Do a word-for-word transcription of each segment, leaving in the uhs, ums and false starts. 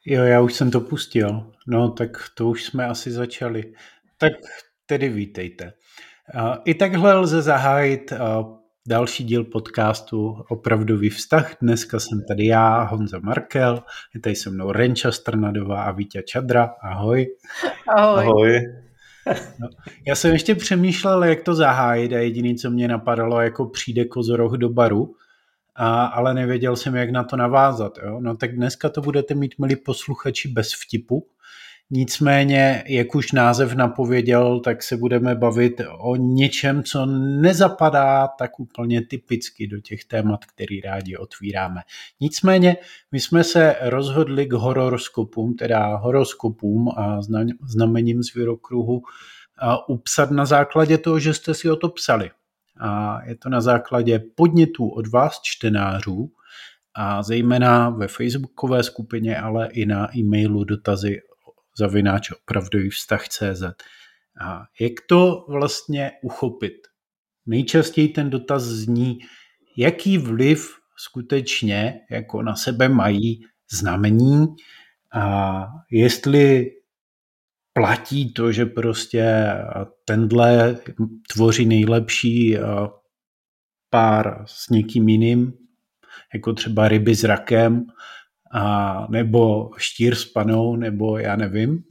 Jo, já už jsem to pustil. No, tak to už jsme asi začali. Tak tedy vítejte. I takhle lze zahájit další díl podcastu Opravdový vztah. Dneska jsem tady já, Honza Markel, je tady se mnou Renča Strnadová a Víťa Čadra. Ahoj. Ahoj. Ahoj. No, já jsem ještě přemýšlel, jak to zahájit a jediný, co mě napadalo, jako přijde kozoroh do baru, a, ale nevěděl jsem, jak na to navázat. Jo? No tak dneska to budete mít, milí posluchači, bez vtipu. Nicméně, jak už název napověděl, tak se budeme bavit o něčem, co nezapadá tak úplně typicky do těch témat, který rádi otvíráme. Nicméně, my jsme se rozhodli k horoskopům, teda horoskopům a znamením zvěrokruhu upsat na základě toho, že jste si o to psali. A je to na základě podnětů od vás, čtenářů, a zejména ve facebookové skupině, ale i na e-mailu dotazy zavináč opravdový vztah tečka cé zet. A jak to vlastně uchopit? Nejčastěji ten dotaz zní, jaký vliv skutečně jako na sebe mají znamení a jestli platí to, že prostě tenhle tvoří nejlepší pár s někým jiným, jako třeba ryby s rakem, a nebo štír s panou, nebo já nevím.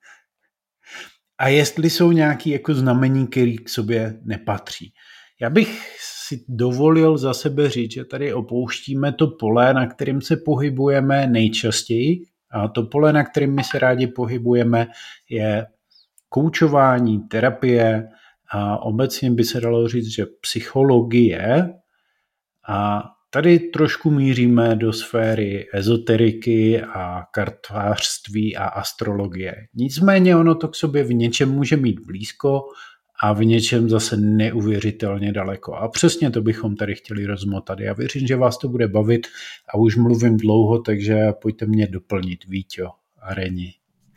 A jestli jsou nějaké jako znamení, které k sobě nepatří. Já bych si dovolil za sebe říct, že tady opouštíme to pole, na kterém se pohybujeme nejčastěji. A to pole, na kterém my se rádi pohybujeme, je koučování, terapie a obecně by se dalo říct, že psychologie. A tady trošku míříme do sféry ezoteriky a kartářství a astrologie. Nicméně ono to k sobě v něčem může mít blízko a v něčem zase neuvěřitelně daleko. A přesně to bychom tady chtěli rozmotat. Já věřím, že vás to bude bavit a už mluvím dlouho, takže pojďte mě doplnit, Víťo a Reni.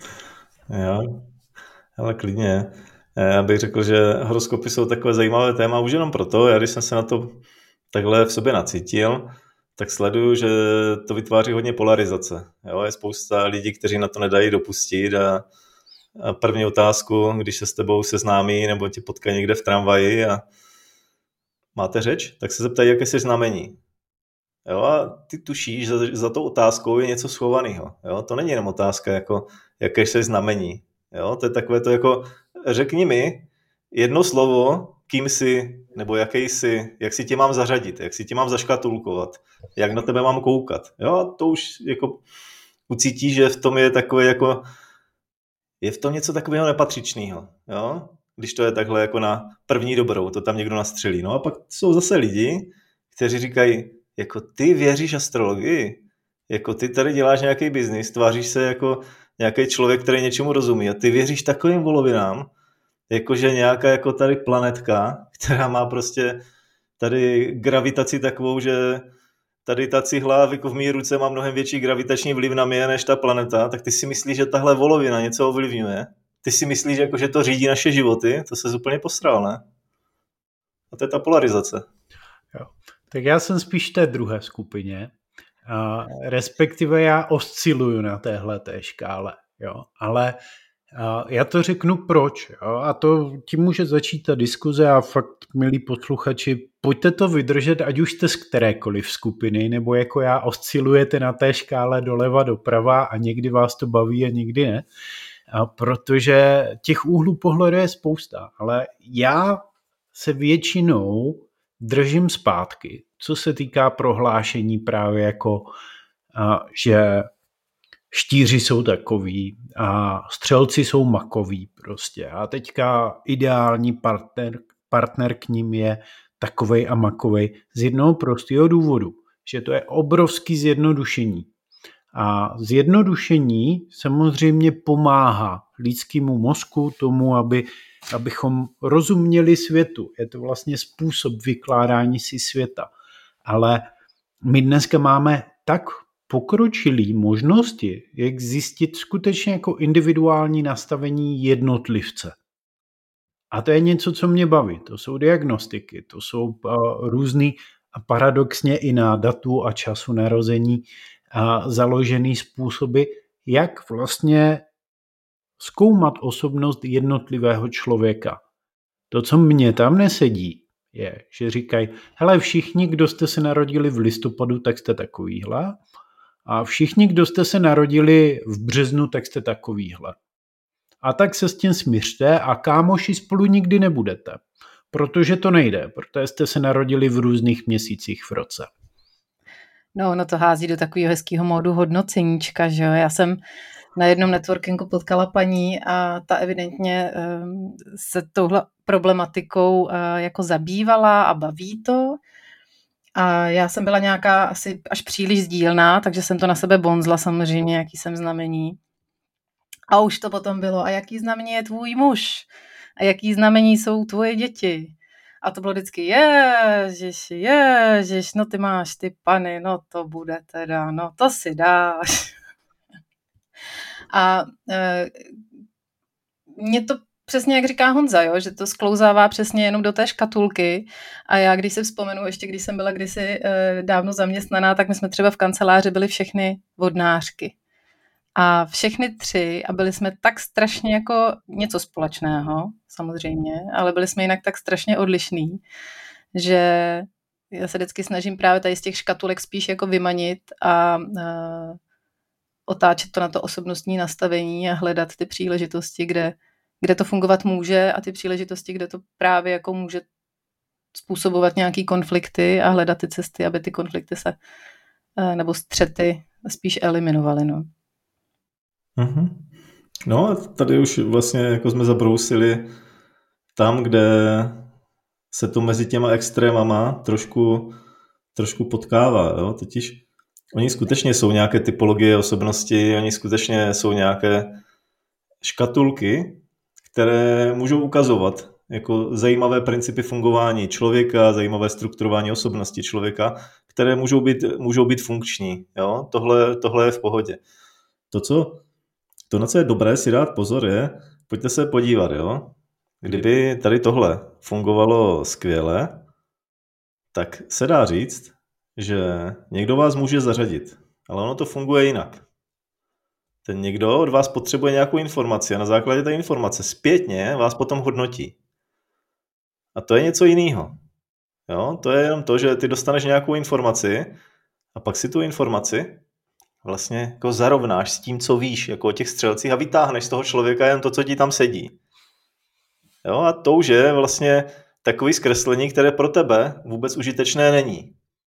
Jo, ale klidně. Já bych řekl, že horoskopy jsou takové zajímavé téma už jenom proto, já když jsem se na to takhle v sobě nacítil, tak sleduju, že to vytváří hodně polarizace. Jo? Je spousta lidí, kteří na to nedají dopustit a, a první otázku, když se s tebou seznámí nebo tě potká někde v tramvaji a máte řeč, tak se zeptají, jaké jsi znamení. Jo? A ty tušíš, že za, za tou otázkou je něco schovaného. Jo? To není jenom otázka, jako, jaké jsi znamení. Jo? To je takové to jako, řekni mi jedno slovo, kým jsi, nebo jaký jsi, jak si tě mám zařadit, jak si tě mám zaškatulkovat, jak na tebe mám koukat. Jo, a to už jako ucítí, že v tom je takové jako, je v tom něco takového nepatřičného, jo, když to je takhle jako na první dobrou, to tam někdo nastřelí. No a pak jsou zase lidi, kteří říkají, jako ty věříš astrologii, jako ty tady děláš nějaký biznis, tváříš se jako nějaký člověk, který něčemu rozumí a ty věříš takovým volovinám, jakože nějaká jako tady planetka, která má prostě tady gravitaci takovou, že tady ta cihla jako v mý ruce má mnohem větší gravitační vliv na mě než ta planeta, tak ty si myslíš, že tahle volovina něco ovlivňuje? Ty si myslíš, jako, že to řídí naše životy? To se úplně posral, ne? A to je ta polarizace. Jo. Tak já jsem spíš v té druhé skupině, a respektive já osciluju na téhleté škále, jo, ale já to řeknu proč, jo? A to tím může začít ta diskuze a fakt, milí posluchači, pojďte to vydržet, ať už jste z kterékoliv skupiny, nebo jako já oscilujete na té škále doleva doprava a někdy vás to baví a někdy ne, a protože těch úhlů pohledu je spousta, ale já se většinou držím zpátky, co se týká prohlášení právě jako, že štíři jsou takový a střelci jsou makoví prostě. A teďka ideální partner, partner k ním je takovej a makovej z jednoho prostého důvodu, že to je obrovský zjednodušení. A zjednodušení samozřejmě pomáhá lidskému mozku tomu, aby, abychom rozuměli světu. Je to vlastně způsob vykládání si světa. Ale my dneska máme tak pokročilý možnosti, jak zjistit skutečně jako individuální nastavení jednotlivce. A to je něco, co mě baví. To jsou diagnostiky, to jsou uh, různý a paradoxně i na datu a času narození uh, založený způsoby, jak vlastně zkoumat osobnost jednotlivého člověka. To, co mně tam nesedí, je, že říkají, hele, všichni, kdo jste se narodili v listopadu, tak jste takovýhle. A všichni, kdo jste se narodili v březnu, tak jste takovýhle. A tak se s tím smířte a kámoši spolu nikdy nebudete. Protože to nejde, protože jste se narodili v různých měsících v roce. No, no to hází do takového hezkého módu hodnoceníčka, že jo. Já jsem na jednom networkingu potkala paní a ta evidentně um, se touhle problematikou uh, jako zabývala a baví to. A já jsem byla nějaká asi až příliš sdílná, takže jsem to na sebe bonzla samozřejmě, jaký jsem znamení. A už to potom bylo, a jaký znamení je tvůj muž? A jaký znamení jsou tvoje děti? A to bylo vždycky, ježiš, ježiš, no ty máš ty pany, no to bude teda, no to si dáš. A e, mě to přesně, jak říká Honza, jo, že to sklouzává přesně jenom do té škatulky. A já, když si vzpomenu, ještě když jsem byla kdysi e, dávno zaměstnaná, tak my jsme třeba v kanceláři byli všechny vodnářky. A všechny tři, a byli jsme tak strašně jako něco společného, samozřejmě, ale byli jsme jinak tak strašně odlišní, že já se vždycky snažím právě tady z těch škatulek spíš jako vymanit a uh, otáčet to na to osobnostní nastavení a hledat ty příležitosti, kde, kde to fungovat může a ty příležitosti, kde to právě jako může způsobovat nějaký konflikty a hledat ty cesty, aby ty konflikty se, uh, nebo střety spíš eliminovaly, no. Mm-hmm. No a tady už vlastně jako jsme zabrousili tam, kde se to mezi těma extrémama trošku, trošku potkává. Jo? Totiž oni skutečně jsou nějaké typologie osobnosti, oni skutečně jsou nějaké škatulky, které můžou ukazovat jako zajímavé principy fungování člověka, zajímavé strukturování osobnosti člověka, které můžou být, můžou být funkční. Jo? Tohle, tohle je v pohodě. To, co To, na co je dobré si dát pozor, je, pojďte se podívat, jo. Kdyby tady tohle fungovalo skvěle, tak se dá říct, že někdo vás může zařadit, ale ono to funguje jinak. Ten někdo od vás potřebuje nějakou informaci a na základě té informace zpětně vás potom hodnotí. A to je něco jiného. Jo? To je jenom to, že ty dostaneš nějakou informaci a pak si tu informaci vlastně jako zarovnáš s tím, co víš, jako o těch střelcích a vytáhneš z toho člověka jen to, co ti tam sedí. Jo, a to už je vlastně takový zkreslení, které pro tebe vůbec užitečné není.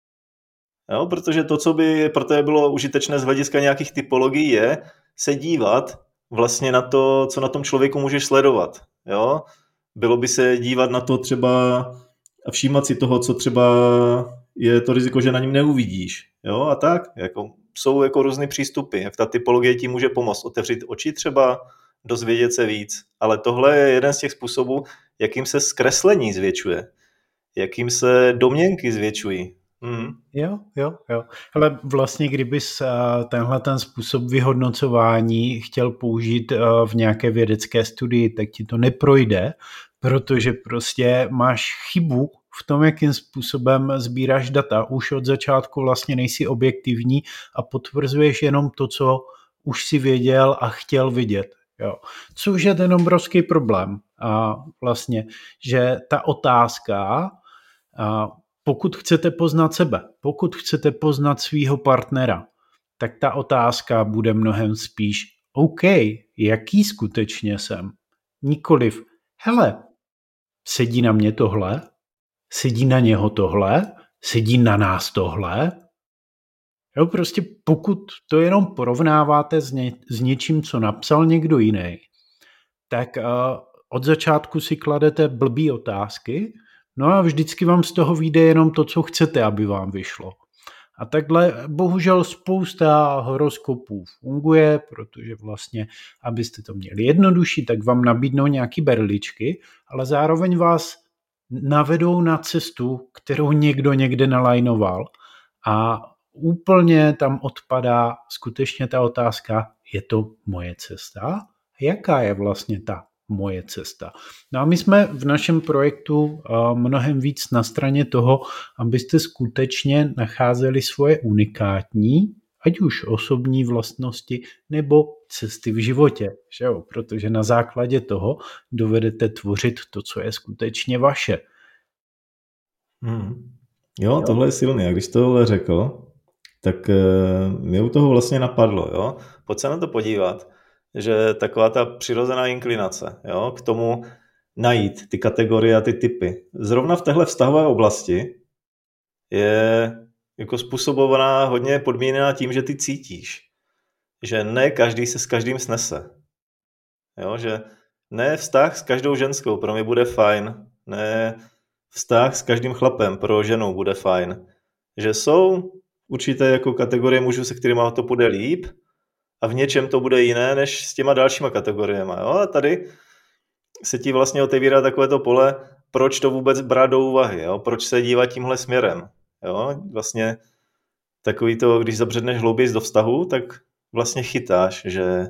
Jo, protože to, co by pro tebe bylo užitečné z hlediska nějakých typologií, je se dívat vlastně na to, co na tom člověku můžeš sledovat. Jo? Bylo by se dívat na to třeba a všímat si toho, co třeba je to riziko, že na něm neuvidíš. Jo? A tak, jako jsou jako různý přístupy, jak ta typologie ti může pomoct otevřít oči třeba, dozvědět se víc, ale tohle je jeden z těch způsobů, jakým se zkreslení zvětšuje, jakým se domněnky zvětšují. Hmm. Jo, jo, jo. Ale vlastně, kdybys tenhle ten způsob vyhodnocování chtěl použít v nějaké vědecké studii, tak ti to neprojde, protože prostě máš chybu v tom, jakým způsobem sbíráš data. Už od začátku vlastně nejsi objektivní a potvrzuješ jenom to, co už si věděl a chtěl vidět. Jo. Což je ten obrovský problém. A vlastně, že ta otázka, a pokud chcete poznat sebe, pokud chcete poznat svýho partnera, tak ta otázka bude mnohem spíš OK, jaký skutečně jsem? Nikoliv, hele, sedí na mě tohle? Sedí na něho tohle? Sedí na nás tohle? Jo, prostě pokud to jenom porovnáváte s, ně, s něčím, co napsal někdo jiný, tak uh, od začátku si kladete blbý otázky, no a vždycky vám z toho vyjde jenom to, co chcete, aby vám vyšlo. A takhle bohužel spousta horoskopů funguje, protože vlastně, abyste to měli jednodušší, tak vám nabídnou nějaký berličky, ale zároveň vás navedou na cestu, kterou někdo někde nalajnoval a úplně tam odpadá skutečně ta otázka, je to moje cesta? Jaká je vlastně ta moje cesta? No a my jsme v našem projektu mnohem víc na straně toho, abyste skutečně nacházeli svoje unikátní ať už osobní vlastnosti nebo cesty v životě, že jo? Protože na základě toho dovedete tvořit to, co je skutečně vaše. Hmm. Jo, tohle je silný. A když tohle řekl, tak e, mě u toho vlastně napadlo, jo. Pojď se na to podívat, že taková ta přirozená inklinace, jo, k tomu najít ty kategorie a ty typy. Zrovna v téhle vztahové oblasti je jako způsobovaná hodně podmíněná tím, že ty cítíš, že ne každý se s každým snese. Jo, že ne vztah s každou ženskou pro mě bude fajn, ne vztah s každým chlapem pro ženu bude fajn. Že jsou určité jako kategorie mužů, se kterými to bude líp a v něčem to bude jiné než s těma dalšíma kategoriemi. Jo? A tady se ti vlastně otevírá takovéto pole, proč to vůbec brát do úvahy, jo? Proč se dívat tímhle směrem. Jo? Vlastně takový to, když zabředneš hlouběji do vztahu, tak vlastně chytáš, že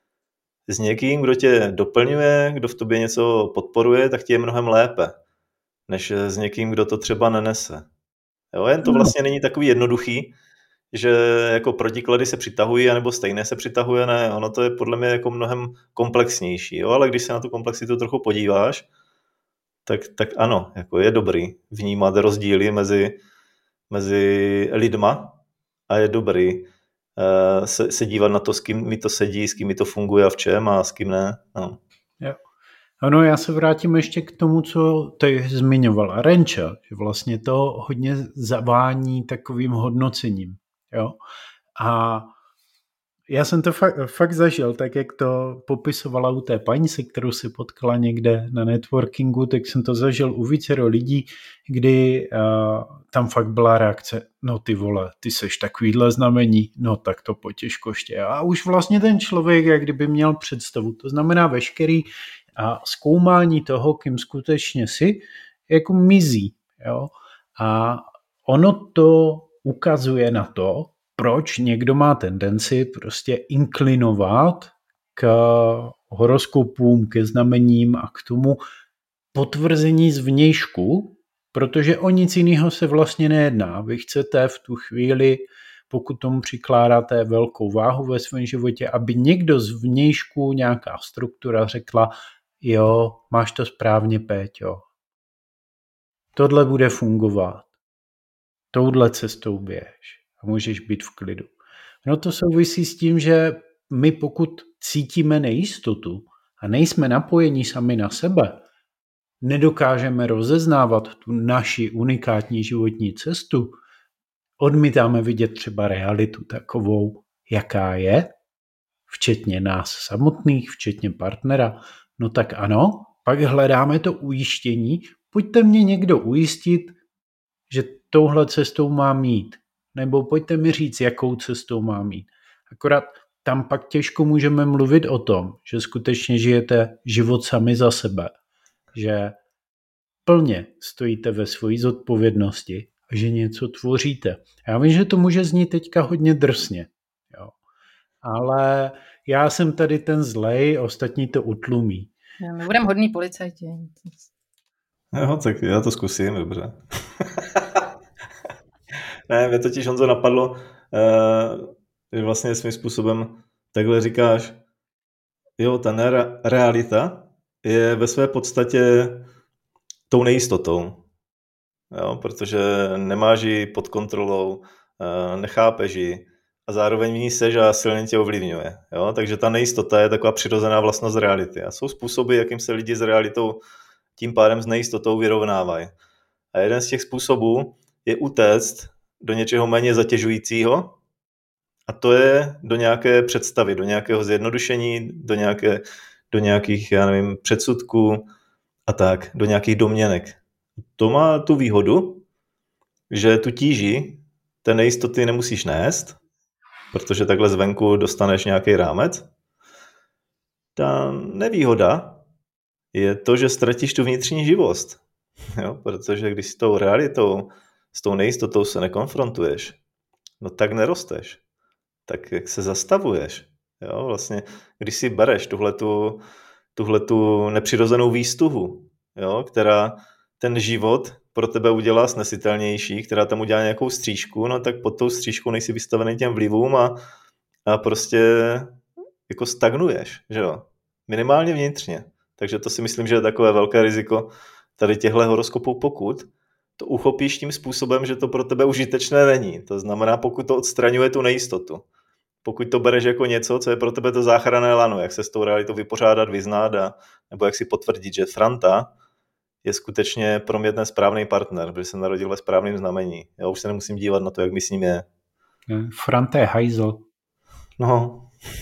s někým, kdo tě doplňuje, kdo v tobě něco podporuje, tak ti je mnohem lépe, než s někým, kdo to třeba nenese. Jo, jen to vlastně není takový jednoduchý, že jako protiklady se přitahují, anebo stejné se přitahuje, ne, ono to je podle mě jako mnohem komplexnější, jo, ale když se na tu komplexitu trochu podíváš, tak, tak ano, jako je dobrý vnímat rozdíly mezi, mezi lidma a je dobrý uh, se, se dívat na to, s kým mi to sedí, s kým mi to funguje a v čem a s kým ne. No. Jo. Ano, já se vrátím ještě k tomu, co ty zmiňovala Renča, že vlastně to hodně zavání takovým hodnocením. Jo? A já jsem to fakt, fakt zažil, tak jak to popisovala u té paní, se kterou se potkala někde na networkingu, tak jsem to zažil u vícero lidí, kdy uh, tam fakt byla reakce, no ty vole, ty seš takovýhle znamení, no tak to potěžkoště. A už vlastně ten člověk, jak kdyby měl představu, to znamená veškerý a zkoumání toho, kým skutečně si, jako mizí. Jo? A ono to ukazuje na to, proč někdo má tendenci prostě inklinovat k horoskopům, ke znamením a k tomu potvrzení zvnějšku, protože o nic jiného se vlastně nejedná. Vy chcete v tu chvíli, pokud tomu přikládáte velkou váhu ve svém životě, aby někdo zvnějšku, nějaká struktura řekla, jo, máš to správně, Péťo. Tohle bude fungovat. Touhle cestou běž a můžeš být v klidu. No to souvisí s tím, že my pokud cítíme nejistotu a nejsme napojení sami na sebe, nedokážeme rozeznávat tu naši unikátní životní cestu, odmítáme vidět třeba realitu takovou, jaká je, včetně nás samotných, včetně partnera, no tak ano, pak hledáme to ujištění, pojďte mě někdo ujistit, že touhle cestou mám jít, nebo pojďte mi říct, jakou cestou mám jít. Akorát tam pak těžko můžeme mluvit o tom, že skutečně žijete život sami za sebe, že plně stojíte ve své zodpovědnosti a že něco tvoříte. Já vím, že to může znít teďka hodně drsně, jo. Ale já jsem tady ten zlej, ostatní to utlumí. My budeme hodný policajti. Jo, tak já to zkusím, dobře. Ne, mě totiž, Honzo, napadlo, že vlastně svým způsobem takhle říkáš, jo, ta realita je ve své podstatě tou nejistotou, jo, protože nemáš ji pod kontrolou, nechápeš ji a zároveň v ní seš a silně tě ovlivňuje. Jo? Takže ta nejistota je taková přirozená vlastnost reality. A jsou způsoby, jakým se lidi s realitou tím pádem s nejistotou vyrovnávají. A jeden z těch způsobů je utéct do něčeho méně zatěžujícího a to je do nějaké představy, do nějakého zjednodušení, do, nějaké, do nějakých, já nevím, předsudků a tak, do nějakých domněnek. To má tu výhodu, že tu tíži té nejistoty nemusíš nést, protože takhle zvenku dostaneš nějaký rámec. Ta nevýhoda je to, že ztratíš tu vnitřní živost. Jo? Protože když s tou realitou, s tou nejistotou se nekonfrontuješ, no tak nerosteš. Tak jak se zastavuješ. Jo? Vlastně, když si bereš tuhletu, tuhletu nepřirozenou výstuhu, jo? Která ten život pro tebe udělá snesitelnější, která tam udělá nějakou střížku, no tak pod tou střížkou nejsi vystavený těm vlivům a, a prostě jako stagnuješ, že jo? Minimálně vnitřně. Takže to si myslím, že je takové velké riziko tady těchto horoskopů, pokud to uchopíš tím způsobem, že to pro tebe užitečné není. To znamená, pokud to odstraňuje tu nejistotu. Pokud to bereš jako něco, co je pro tebe to záchranné lano, jak se s tou realitou vypořádat, vyznát a, nebo jak si potvrdit, že Franta je skutečně pro mě ten správný partner, protože se narodil ve správném znamení. Já už se nemusím dívat na to, jak mi s ním je. Franta je hajzl. No.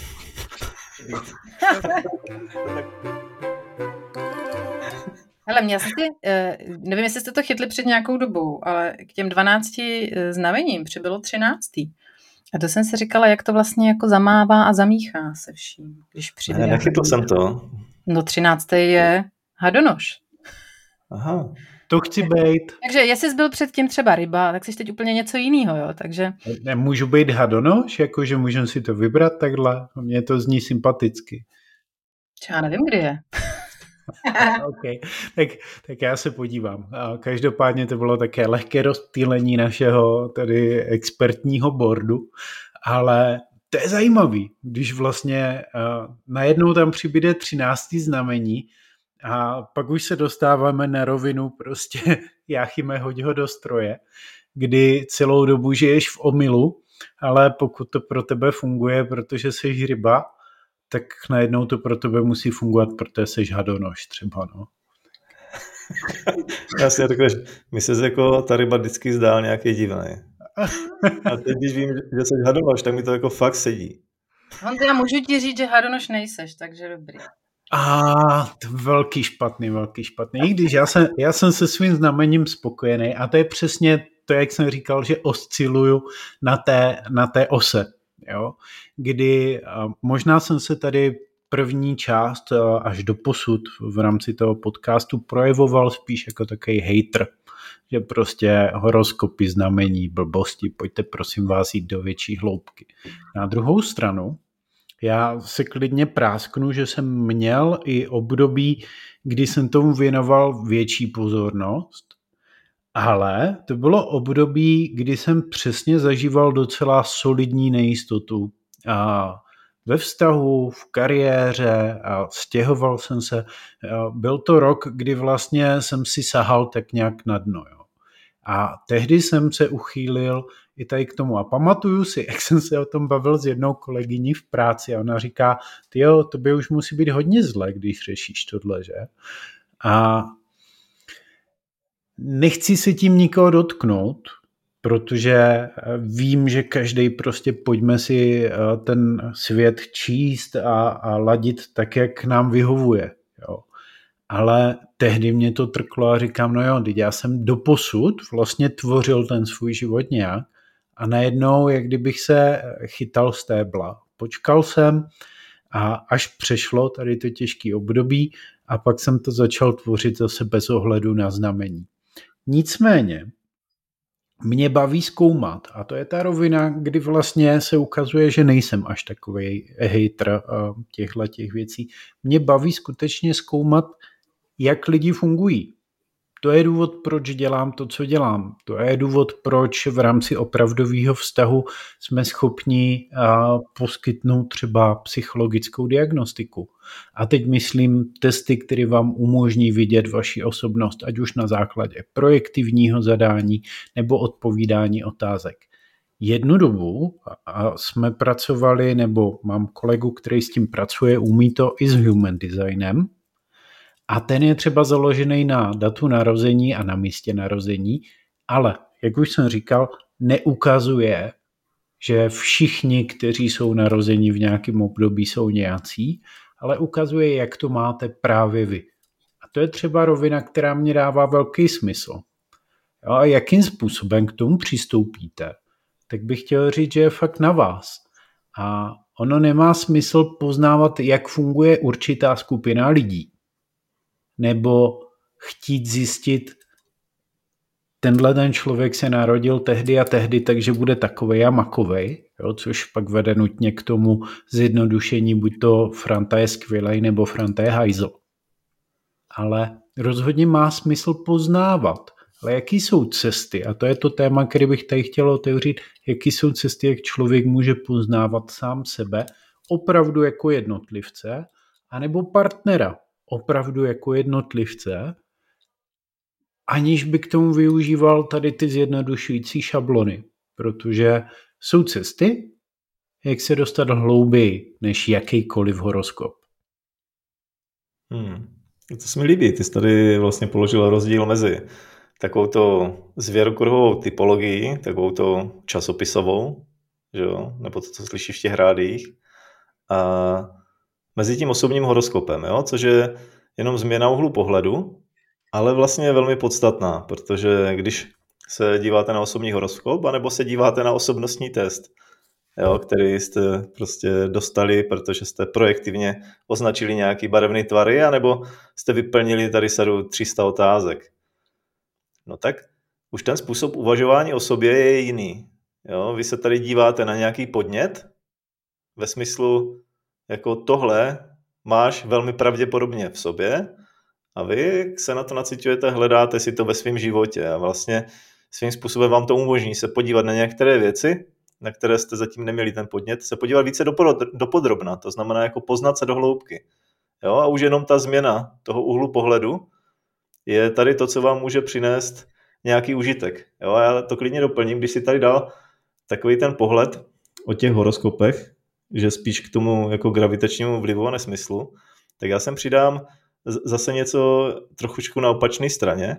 Hele, mě asi, nevím, jestli jste to chytli před nějakou dobou, ale k těm dvanácti znamením přibylo třináctý. A to jsem si říkala, jak to vlastně jako zamává a zamíchá se vším. Když přijde. Ne, nechytl jsem to. No třináctý je hadonoš. Aha. To chci být. Takže jestli jsi byl předtím třeba ryba, tak jsi teď úplně něco jiného, jo, takže... Nemůžu být hadonoš, jakože můžeme si to vybrat takhle. Mně to zní sympaticky. Já nevím, kdy je. Okay. tak, tak já se podívám. Každopádně to bylo také lehké rozptýlení našeho tady expertního boardu, ale to je zajímavý, když vlastně uh, najednou tam přibyde třináctý znamení a pak už se dostáváme na rovinu prostě Jáchyme, hoď ho do stroje, kdy celou dobu žiješ v omylu, ale pokud to pro tebe funguje, protože jsi ryba, tak najednou to pro tebe musí fungovat, protože jsi hadonoš třeba, no. Já si řekl, že mi se jako ta ryba vždycky zdál nějaký divný. A teď, když vím, že jsi hadonoš, tak mi to jako fakt sedí. Honzo, já můžu ti říct, že hadonoš nejseš, takže dobrý. A to velký špatný, velký špatný. I když já jsem, já jsem se svým znamením spokojený a to je přesně to, jak jsem říkal, že osciluju na té, na té ose. Jo, kdy možná jsem se tady první část až do posud v rámci toho podcastu projevoval spíš jako takový hater, že prostě horoskopy, znamení, blbosti, pojďte prosím vás jít do větší hloubky. Na druhou stranu, já se klidně prásknu, že jsem měl i období, kdy jsem tomu věnoval větší pozornost, ale to bylo období, kdy jsem přesně zažíval docela solidní nejistotu a ve vztahu, v kariéře a stěhoval jsem se. Byl to rok, kdy vlastně jsem si sahal tak nějak na dno. Jo. A tehdy jsem se uchýlil i tady k tomu. A pamatuju si, jak jsem se o tom bavil s jednou kolegyní v práci a ona říká, tyjo, tobě už musí být hodně zle, když řešíš tohle, že? A nechci se tím nikoho dotknout, protože vím, že každý prostě pojďme si ten svět číst a, a ladit tak, jak nám vyhovuje. Jo. Ale tehdy mě to trklo a říkám, no jo, teď já jsem doposud vlastně tvořil ten svůj život nějak a najednou, jak kdybych se chytal stébla. Počkal jsem a až přešlo tady to těžké období a pak jsem to začal tvořit zase bez ohledu na znamení. Nicméně mě baví zkoumat a to je ta rovina, kdy vlastně se ukazuje, že nejsem až takovej hater těchto těch věcí. Mě baví skutečně zkoumat, jak lidi fungují. To je důvod, proč dělám to, co dělám. To je důvod, proč v rámci opravdového vztahu jsme schopni poskytnout třeba psychologickou diagnostiku. A teď myslím testy, které vám umožní vidět vaši osobnost, ať už na základě projektivního zadání nebo odpovídání otázek. Jednu dobu jsme pracovali, nebo mám kolegu, který s tím pracuje, umí to i s human designem, a ten je třeba založený na datu narození a na místě narození, ale, jak už jsem říkal, neukazuje, že všichni, kteří jsou narozeni v nějakém období, jsou nějací, ale ukazuje, jak to máte právě vy. A to je třeba rovina, která mě dává velký smysl. Jo, a jakým způsobem k tomu přistoupíte, tak bych chtěl říct, že je fakt na vás. A ono nemá smysl poznávat, jak funguje určitá skupina lidí, nebo chtít zjistit, tenhle ten člověk se narodil tehdy a tehdy, takže bude takovej a makovej, jo, což pak vede nutně k tomu zjednodušení, buď to Franta je skvělej, nebo Franta je hajzl. Ale rozhodně má smysl poznávat ale jaký jsou cesty, a to je to téma, který bych tady chtěl otevřít, jaký jsou cesty, jak člověk může poznávat sám sebe opravdu jako jednotlivce, anebo partnera opravdu jako jednotlivce, aniž by k tomu využíval tady ty zjednodušující šablony, protože jsou cesty, jak se dostat hlouběji než jakýkoliv horoskop. Hmm. To se mi líbí, ty jsi tady vlastně položil rozdíl mezi takovouto zvěrokruhovou typologií, takovouto časopisovou, že jo? Nebo to, co slyšíš v těch rádiích, a mezi tím osobním horoskopem, jo? Což je jenom změna úhlu pohledu, ale vlastně je velmi podstatná, protože když se díváte na osobní horoskop, anebo se díváte na osobnostní test, jo, který jste prostě dostali, protože jste projektivně označili nějaký barevný tvary, anebo jste vyplnili tady sadu tři sta otázek. No tak už ten způsob uvažování o sobě je jiný. Jo? Vy se tady díváte na nějaký podnět ve smyslu, jako tohle máš velmi pravděpodobně v sobě a vy se na to naciťujete, hledáte si to ve svém životě a vlastně svým způsobem vám to umožní se podívat na některé věci, na které jste zatím neměli ten podnět, se podívat více dopodrobna, to znamená jako poznat se do hloubky. Jo? A už jenom ta změna toho úhlu pohledu je tady to, co vám může přinést nějaký užitek. Jo? A já to klidně doplním, když si tady dal takový ten pohled o těch horoskopech, že spíš k tomu jako gravitačnímu vlivu a nesmyslu, tak já sem přidám zase něco trochučku na opačné straně.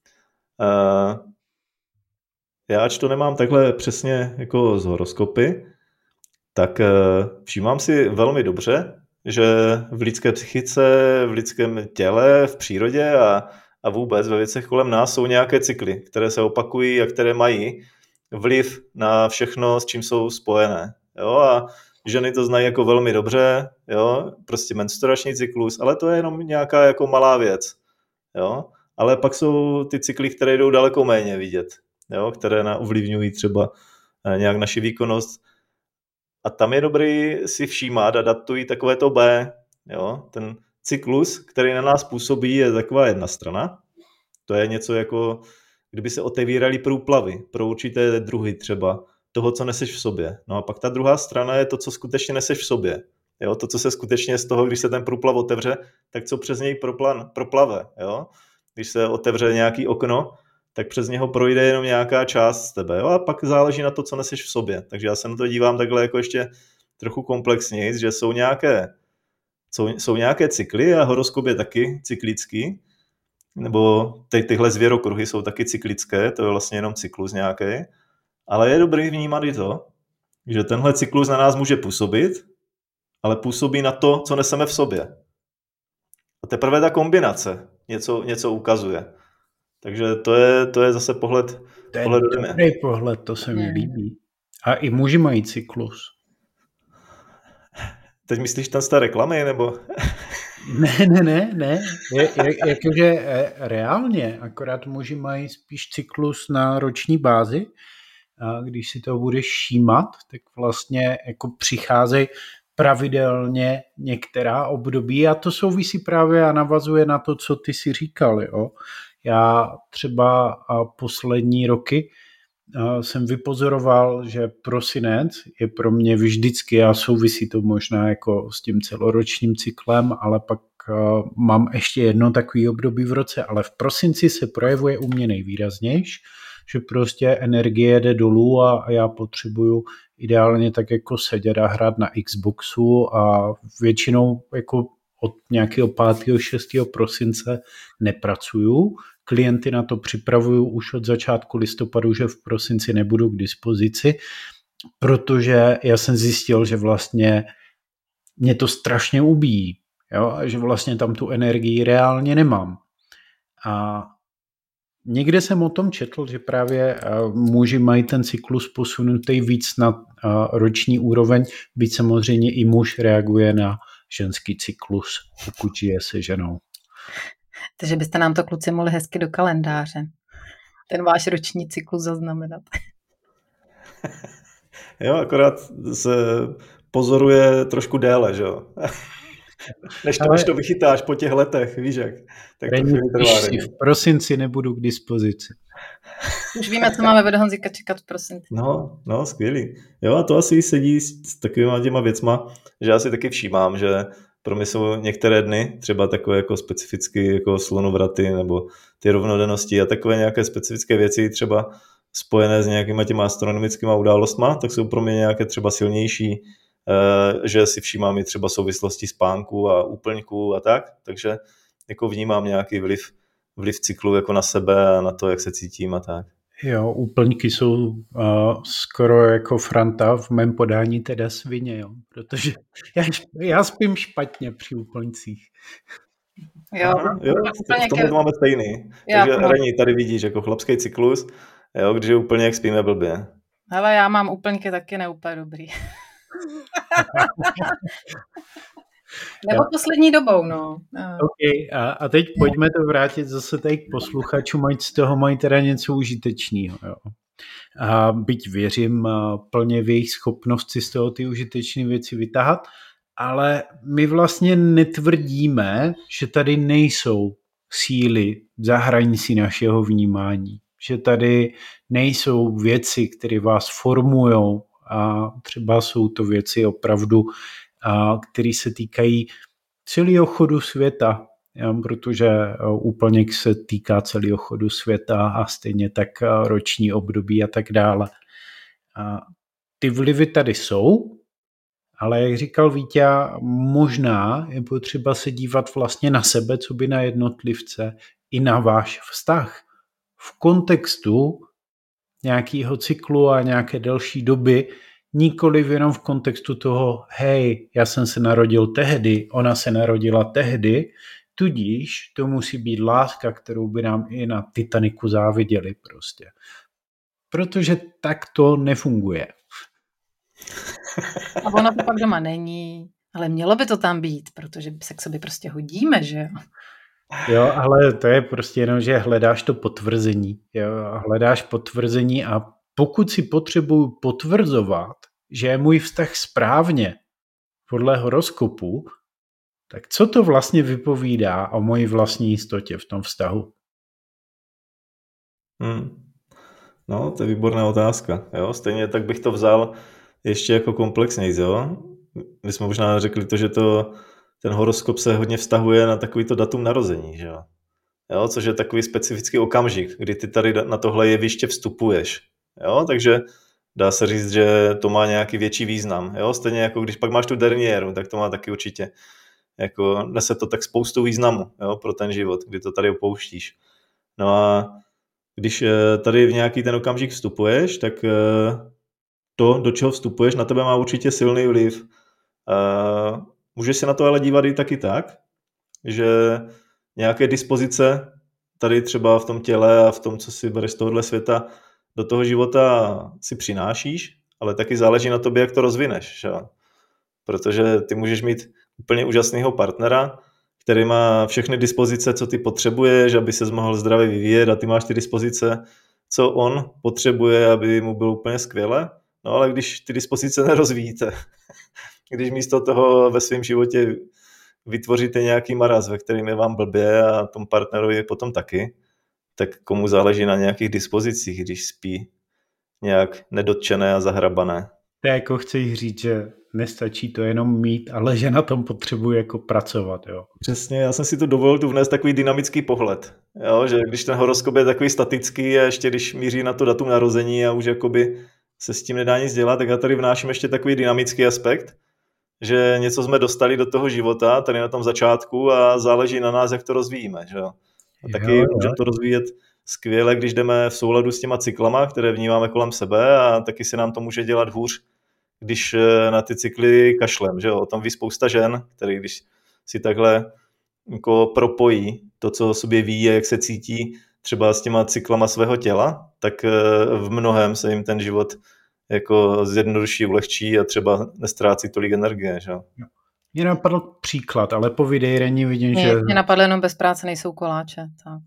Já, ač to nemám takhle přesně jako z horoskopy, tak všímám si velmi dobře, že v lidské psychice, v lidském těle, v přírodě a, a vůbec ve věcech kolem nás jsou nějaké cykly, které se opakují a které mají vliv na všechno, s čím jsou spojené. Jo? A ženy to znají jako velmi dobře, jo? Prostě menstruační cyklus, ale to je jenom nějaká jako malá věc. Jo? Ale pak jsou ty cykly, které jdou daleko méně vidět, jo? Které na, ovlivňují třeba nějak naši výkonnost. A tam je dobrý si všímat a datují takové to B. Jo? Ten cyklus, který na nás působí, je taková jedna strana. To je něco jako, kdyby se otevíraly průplavy pro určité druhy třeba toho, co neseš v sobě. No a pak ta druhá strana je to, co skutečně neseš v sobě. Jo? To, co se skutečně z toho, když se ten průplav otevře, tak co přes něj proplan, proplave. Jo? Když se otevře nějaký okno, tak přes něho projde jenom nějaká část z tebe. Jo? A pak záleží na to, co neseš v sobě. Takže já se na to dívám takhle jako ještě trochu komplexněji, že jsou nějaké, jsou, jsou nějaké cykly a horoskop je taky cyklický, nebo ty, tyhle zvěrokruhy jsou taky cyklické, to je vlastně jenom cyklus nějaký, ale je dobrý vnímat i to, že tenhle cyklus na nás může působit, ale působí na to, co neseme v sobě. A teprve ta kombinace něco, něco ukazuje. Takže to je, to je zase pohled, to je pohled dobrý mě. Pohled, to se mi líbí. A i muži mají cyklus. Teď myslíš ten z té reklamy, nebo? Ne, ne, ne, ne. Je, je, jakože reálně, akorát muži mají spíš cyklus na roční bázi. A když si to budeš všímat, tak vlastně jako přicházejí pravidelně některá období a to souvisí právě a navazuje na to, co ty si říkal. Jo? Já třeba poslední roky jsem vypozoroval, že prosinec je pro mě vždycky a souvisí to možná jako s tím celoročním cyklem, ale pak mám ještě jedno takový období v roce, ale v prosinci se projevuje u mě nejvýraznější, že prostě energie jde dolů a já potřebuju ideálně tak jako sedět a hrát na Xboxu a většinou jako od nějakého pátého šestého prosince nepracuju. Klienty na to připravuju už od začátku listopadu, že v prosinci nebudu k dispozici, protože já jsem zjistil, že vlastně mě to strašně ubíjí, jo? A že vlastně tam tu energii reálně nemám. A někde jsem o tom četl, že právě muži mají ten cyklus posunutý víc na roční úroveň, byť samozřejmě i muž reaguje na ženský cyklus, pokud žije se ženou. Takže byste nám to, kluci, mohli hezky do kalendáře. Ten váš roční cyklus zaznamenat. Jo, akorát se pozoruje trošku déle, že jo? Než to, Ale... než to vychytáš po těch letech, víš jak. Tak to trvá. V prosinci nebudu k dispozici. Už víme, co máme od Honzíka čekat v prosinci. No, no, skvělý. Jo, a to asi sedí s, s takovýma těma věcma, že já si taky všímám, že pro mě jsou některé dny, třeba takové jako specificky jako slonovraty nebo ty rovnodennosti a takové nějaké specifické věci, třeba spojené s nějakýma těma astronomickýma událostma, tak jsou pro mě nějaké třeba silnější, že si všímám i třeba souvislosti spánku a úplňků a tak, takže jako vnímám nějaký vliv, vliv cyklu jako na sebe a na to, jak se cítím a tak. Jo, úplňky jsou uh, skoro jako Franta v mém podání teda svině, jo, protože já, já spím špatně při úplňcích. Jo, Aha, jo, v tom to máme stejný. Já, takže Reni, tady vidíš jako chlapský cyklus, jo, když je úplně jak spíme blbě. Hele, já mám úplňky taky neúplně dobrý. Nebo poslední dobou, no. OK, a, a teď pojďme to vrátit zase tady k posluchačům, ať z toho mají teda něco užitečného. Jo. A byť věřím plně v jejich schopnost si z toho ty užitečné věci vytahat, ale my vlastně netvrdíme, že tady nejsou síly za hranicí našeho vnímání, že tady nejsou věci, které vás formujou a třeba jsou to věci opravdu, které se týkají celého chodu světa, protože úplněk se týká celého chodu světa a stejně tak roční období a tak dále. A ty vlivy tady jsou, ale jak říkal Vítě, možná je potřeba se dívat vlastně na sebe, co by na jednotlivce, i na váš vztah. V kontextu nějakého cyklu a nějaké delší doby, nikoliv jenom v kontextu toho, hej, já jsem se narodil tehdy, ona se narodila tehdy, tudíž to musí být láska, kterou by nám i na Titaniku záviděli prostě. Protože tak to nefunguje. A ono to pak doma není, ale mělo by to tam být, protože se k sobě prostě hodíme, že jo? Jo, ale to je prostě jenom, že hledáš to potvrzení. Jo? Hledáš potvrzení a pokud si potřebuju potvrzovat, že je můj vztah správně podle horoskopu, tak co to vlastně vypovídá o mojí vlastní jistotě v tom vztahu? Hmm. No, to je výborná otázka. Jo? Stejně tak bych to vzal ještě jako komplexněji. Jo? My jsme možná řekli to, že to, ten horoskop se hodně vztahuje na takovýto datum narození. Že jo? Jo? Což je takový specifický okamžik, kdy ty tady na tohle jeviště vstupuješ. Jo? Takže dá se říct, že to má nějaký větší význam. Jo? Stejně jako když pak máš tu derniéru, tak to má taky určitě. Jako nese to tak spoustu významu, jo? Pro ten život, kdy to tady opouštíš. No a když tady v nějaký ten okamžik vstupuješ, tak to, do čeho vstupuješ, na tebe má určitě silný vliv. Můžeš se na to ale dívat i taky tak, že nějaké dispozice tady třeba v tom těle a v tom, co si bereš z tohohle světa, do toho života si přinášíš, ale taky záleží na tobě, jak to rozvineš. Že? Protože ty můžeš mít úplně úžasného partnera, který má všechny dispozice, co ty potřebuješ, aby ses mohl zdravě vyvíjet a ty máš ty dispozice, co on potřebuje, aby mu bylo úplně skvěle. No ale když ty dispozice nerozvíjíte, když místo toho ve svém životě vytvoříte nějaký maraz, ve kterým je vám blbě a tom partnerovi potom taky, tak komu záleží na nějakých dispozicích, když spí nějak nedotčené a zahrabané. To jako chci říct, že nestačí to jenom mít, ale že na tom potřebuji jako pracovat, jo. Přesně, já jsem si tu dovolil tu vnést takový dynamický pohled, jo, že když ten horoskop je takový statický a ještě když míří na to datum narození a už jakoby se s tím nedá nic dělat, tak já tady vnáším ještě takový dynamický aspekt, že něco jsme dostali do toho života, tady na tom začátku a záleží na nás, jak to rozvíjíme, že jo. A taky jo, jo. můžeme to rozvíjet skvěle, když jdeme v souladu s těma cyklama, které vnímáme kolem sebe a taky se nám to může dělat hůř, když na ty cykly kašlem, že jo. O tom ví spousta žen, který když si takhle jako propojí to, co o sobě ví a jak se cítí třeba s těma cyklama svého těla, tak v mnohém se jim ten život jako zjednoduší, ulehčí a třeba nestrácí tolik energie, že jo. Mě napadl příklad, ale povídej, Reni, vidím, mě, že... Mě napadlo jenom bez práce nejsou koláče, tak.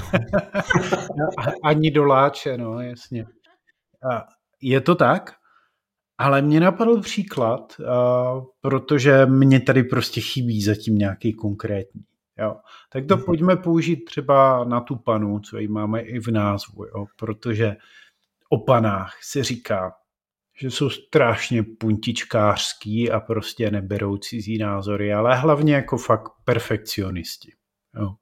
Ani doláče, no, jasně. Je to tak, ale mě napadl příklad, protože mě tady prostě chybí zatím nějaký konkrétní. Jo. Tak to pojďme použít třeba na tu panu, co ji máme i v názvu, jo. Protože o panách se říká, že jsou strašně puntičkářský a prostě neberou cizí názory, ale hlavně jako fakt perfekcionisti. Jo.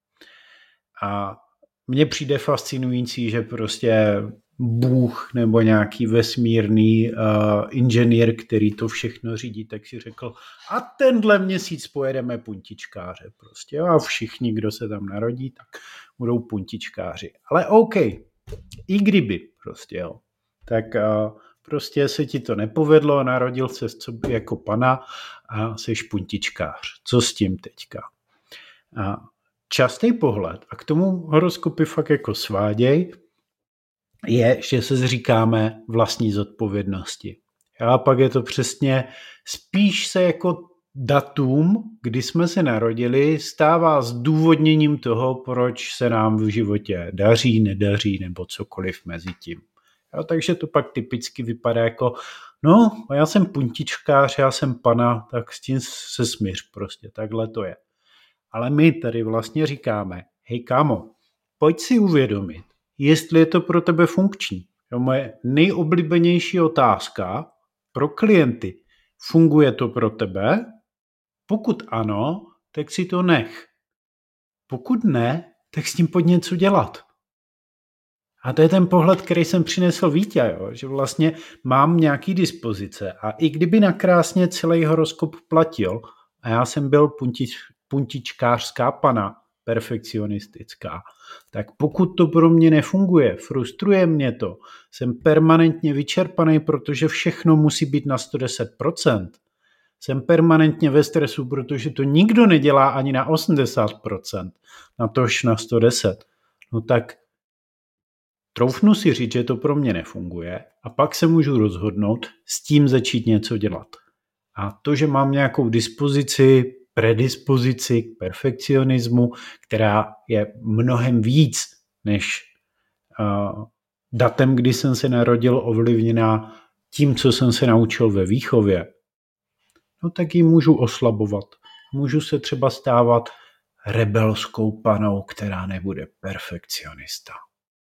A mně přijde fascinující, že prostě Bůh nebo nějaký vesmírný uh, inženýr, který to všechno řídí, tak si řekl, a tenhle měsíc pojedeme puntičkáře prostě, jo, a všichni, kdo se tam narodí, tak budou puntičkáři. Ale OK, i kdyby prostě, jo, tak uh, prostě se ti to nepovedlo, narodil se jako pana a seš puntičkář. Co s tím teďka? A častý pohled, a k tomu horoskopy fakt jako sváděj, je, že se zříkáme vlastní zodpovědnosti. A pak je to přesně, spíš se jako datum, kdy jsme se narodili, stává zdůvodněním toho, proč se nám v životě daří, nedaří nebo cokoliv mezi tím. Jo, takže to pak typicky vypadá jako, no, já jsem puntičkář, já jsem pana, tak s tím se smíř prostě, takhle to je. Ale my tady vlastně říkáme, hej kámo, pojď si uvědomit, jestli je to pro tebe funkční. Jo, moje nejoblíbenější otázka pro klienty, funguje to pro tebe? Pokud ano, tak si to nech. Pokud ne, tak s tím pojď něco dělat. A to je ten pohled, který jsem přinesl Vítě, jo? Že vlastně mám nějaký dispozice a i kdyby nakrásně celý horoskop platil a já jsem byl puntič, puntičkářská pana, perfekcionistická, tak pokud to pro mě nefunguje, frustruje mě to, jsem permanentně vyčerpaný, protože všechno musí být na sto deset procent, jsem permanentně ve stresu, protože to nikdo nedělá ani na osmdesát procent, natož na sto deset, no tak troufnu si říct, že to pro mě nefunguje a pak se můžu rozhodnout s tím začít něco dělat. A to, že mám nějakou dispozici, predispozici k perfekcionismu, která je mnohem víc než uh, datem, kdy jsem se narodil, ovlivněná tím, co jsem se naučil ve výchově, no tak ji můžu oslabovat. Můžu se třeba stávat rebelskou panou, která nebude perfekcionista.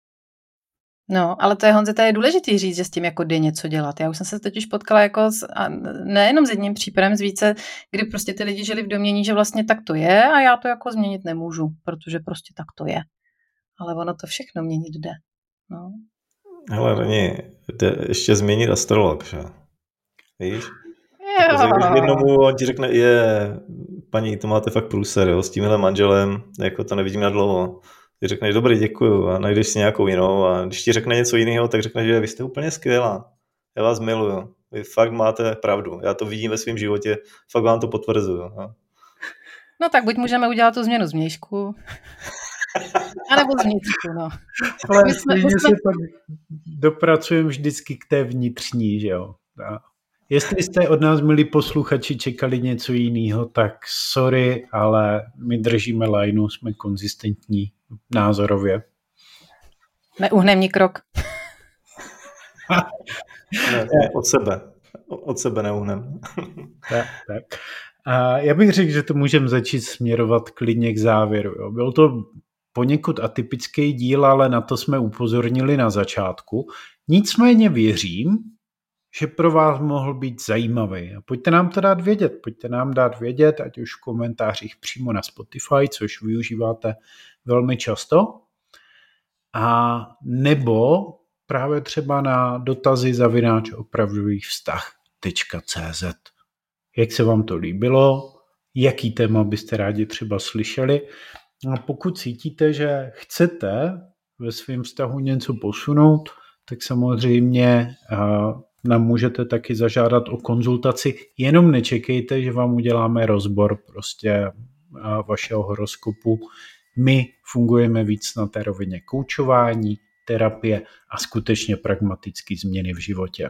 No, ale to je, Honze, to je důležitý říct, že s tím jako jde něco dělat. Já už jsem se totiž potkala jako s, a nejenom s jedním případem, z více, kdy prostě ty lidi žili v domění, že vlastně tak to je a já to jako změnit nemůžu, protože prostě tak to je. Ale ono to všechno měnit jde. No. Hele, není, jde ještě změnit astrolog, že? Víš? Jako zajdeš k jednomu, on ti řekne, je, paní, to máte fakt průser, jo, s tímhle manželem, jako to nevidím na dlouho. Ty řekneš, dobrý, děkuju, a najdeš si nějakou jinou a když ti řekne něco jiného, tak řekneš, že vy jste úplně skvělá, já vás miluju, vy fakt máte pravdu, já to vidím ve svém životě, fakt vám to potvrzuju. No, no tak buď můžeme udělat tu změnu z mějšku, anebo z vnitřku, no. Ale my jsme, my jsme... se pak dopracujeme vždycky k té vnitřní, že jo. A jestli jste od nás, milí posluchači, čekali něco jiného, tak sorry, ale my držíme lajnu, jsme konzistentní názorově. Neuhnem ni krok. ne, ne, od sebe. Od sebe neuhnem. tak, tak. A já bych řekl, že to můžeme začít směrovat klidně k závěru. Jo. Byl to poněkud atypický díl, ale na to jsme upozornili na začátku. Nicméně věřím, že pro vás mohl být zajímavý. A pojďte nám to dát vědět. Pojďte nám dát vědět, ať už v komentářích přímo na Spotify, což využíváte velmi často, a nebo právě třeba na dotazy zavináč opravdových vztah tečka cé zet. Jak se vám to líbilo? Jaký téma byste rádi třeba slyšeli? A pokud cítíte, že chcete ve svém vztahu něco posunout, tak samozřejmě nám můžete taky zažádat o konzultaci. Jenom nečekejte, že vám uděláme rozbor prostě vašeho horoskopu. My fungujeme víc na té rovině koučování, terapie a skutečně pragmatické změny v životě.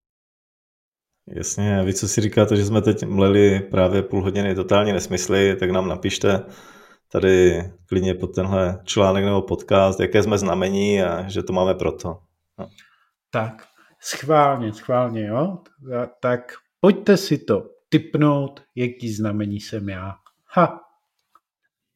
Jasně, vy co si říkáte, že jsme teď mleli právě půl hodiny totální nesmysly, tak nám napište tady klidně pod tenhle článek nebo podcast, jaké jsme znamení a že to máme proto. No. Tak, schválně, schválně, jo? Tak pojďte si to tipnout, jaký znamení jsem já. Ha!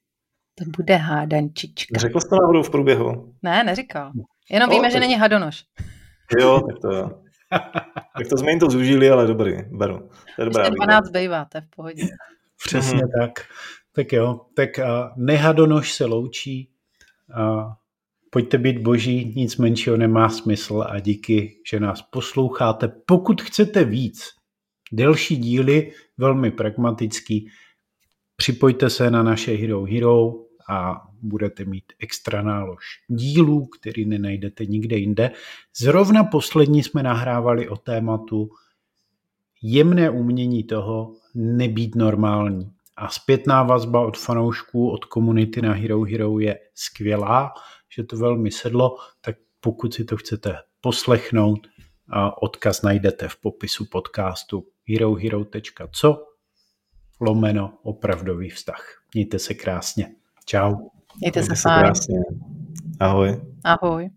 To bude hádančička. Řekl jsi to náhodou v průběhu? Ne, neříkal. Jenom O, víme, tak- že není hadonoš. Jo, tak to jo. Tak to jsme jim to zúžili, ale dobrý, beru. To je dobrá Ještě výzva. dvanáct bejvá, to je v pohodě. Přesně Mhm. tak. Tak jo, tak uh, nehadonož se loučí. Uh, pojďte být boží, nic menšího nemá smysl a díky, že nás posloucháte. Pokud chcete víc, delší díly, velmi pragmatický, připojte se na naše Hero Hero a budete mít extra nálož dílů, který nenajdete nikde jinde. Zrovna poslední jsme nahrávali o tématu jemné umění toho nebýt normální. A zpětná vazba od fanoušků, od komunity na Hero Hero je skvělá, že to velmi sedlo, tak pokud si to chcete poslechnout, odkaz najdete v popisu podcastu herohero tečka co lomeno opravdový vztah. Mějte se krásně. Čau. Mějte se Mějte se fajn. krásně. Ahoj. Ahoj.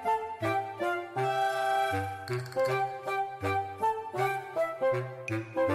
Thank you.